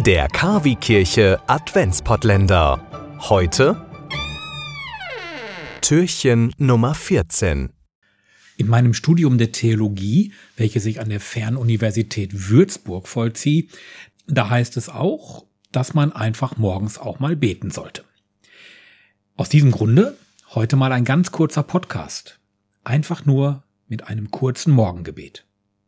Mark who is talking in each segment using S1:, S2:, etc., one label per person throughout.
S1: Der KW-Kirche Adventspottländer. Heute Türchen Nummer 14.
S2: In meinem Studium der Theologie, welches ich an der Fernuniversität Würzburg vollziehe, da heißt es auch, dass man einfach morgens auch mal beten sollte. Aus diesem Grunde heute mal ein ganz kurzer Podcast. Einfach nur mit einem kurzen Morgengebet.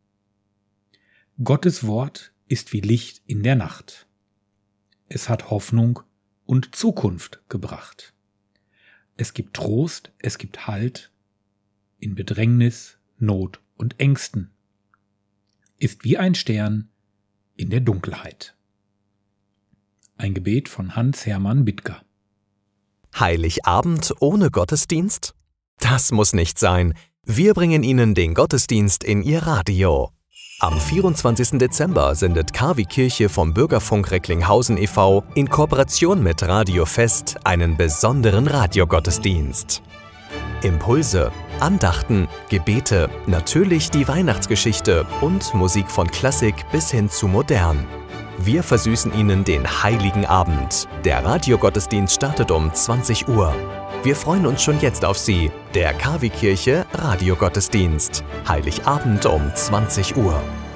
S2: Gottes Wort ist wie Licht in der Nacht. Es hat Hoffnung und Zukunft gebracht. Es gibt Trost, es gibt Halt in Bedrängnis, Not und Ängsten. Ist wie ein Stern in der Dunkelheit. Ein Gebet von Hans-Hermann Bittger.
S1: Heiligabend ohne Gottesdienst? Das muss nicht sein. Wir bringen Ihnen den Gottesdienst in Ihr Radio. Am 24. Dezember sendet KW-Kirche vom Bürgerfunk Recklinghausen e.V. in Kooperation mit Radio Fest einen besonderen Radiogottesdienst. Impulse, Andachten, Gebete, natürlich die Weihnachtsgeschichte und Musik von Klassik bis hin zu modern. Wir versüßen Ihnen den Heiligen Abend. Der Radiogottesdienst startet um 20 Uhr. Wir freuen uns schon jetzt auf Sie, der KW-Kirche Radiogottesdienst. Heiligabend um 20 Uhr.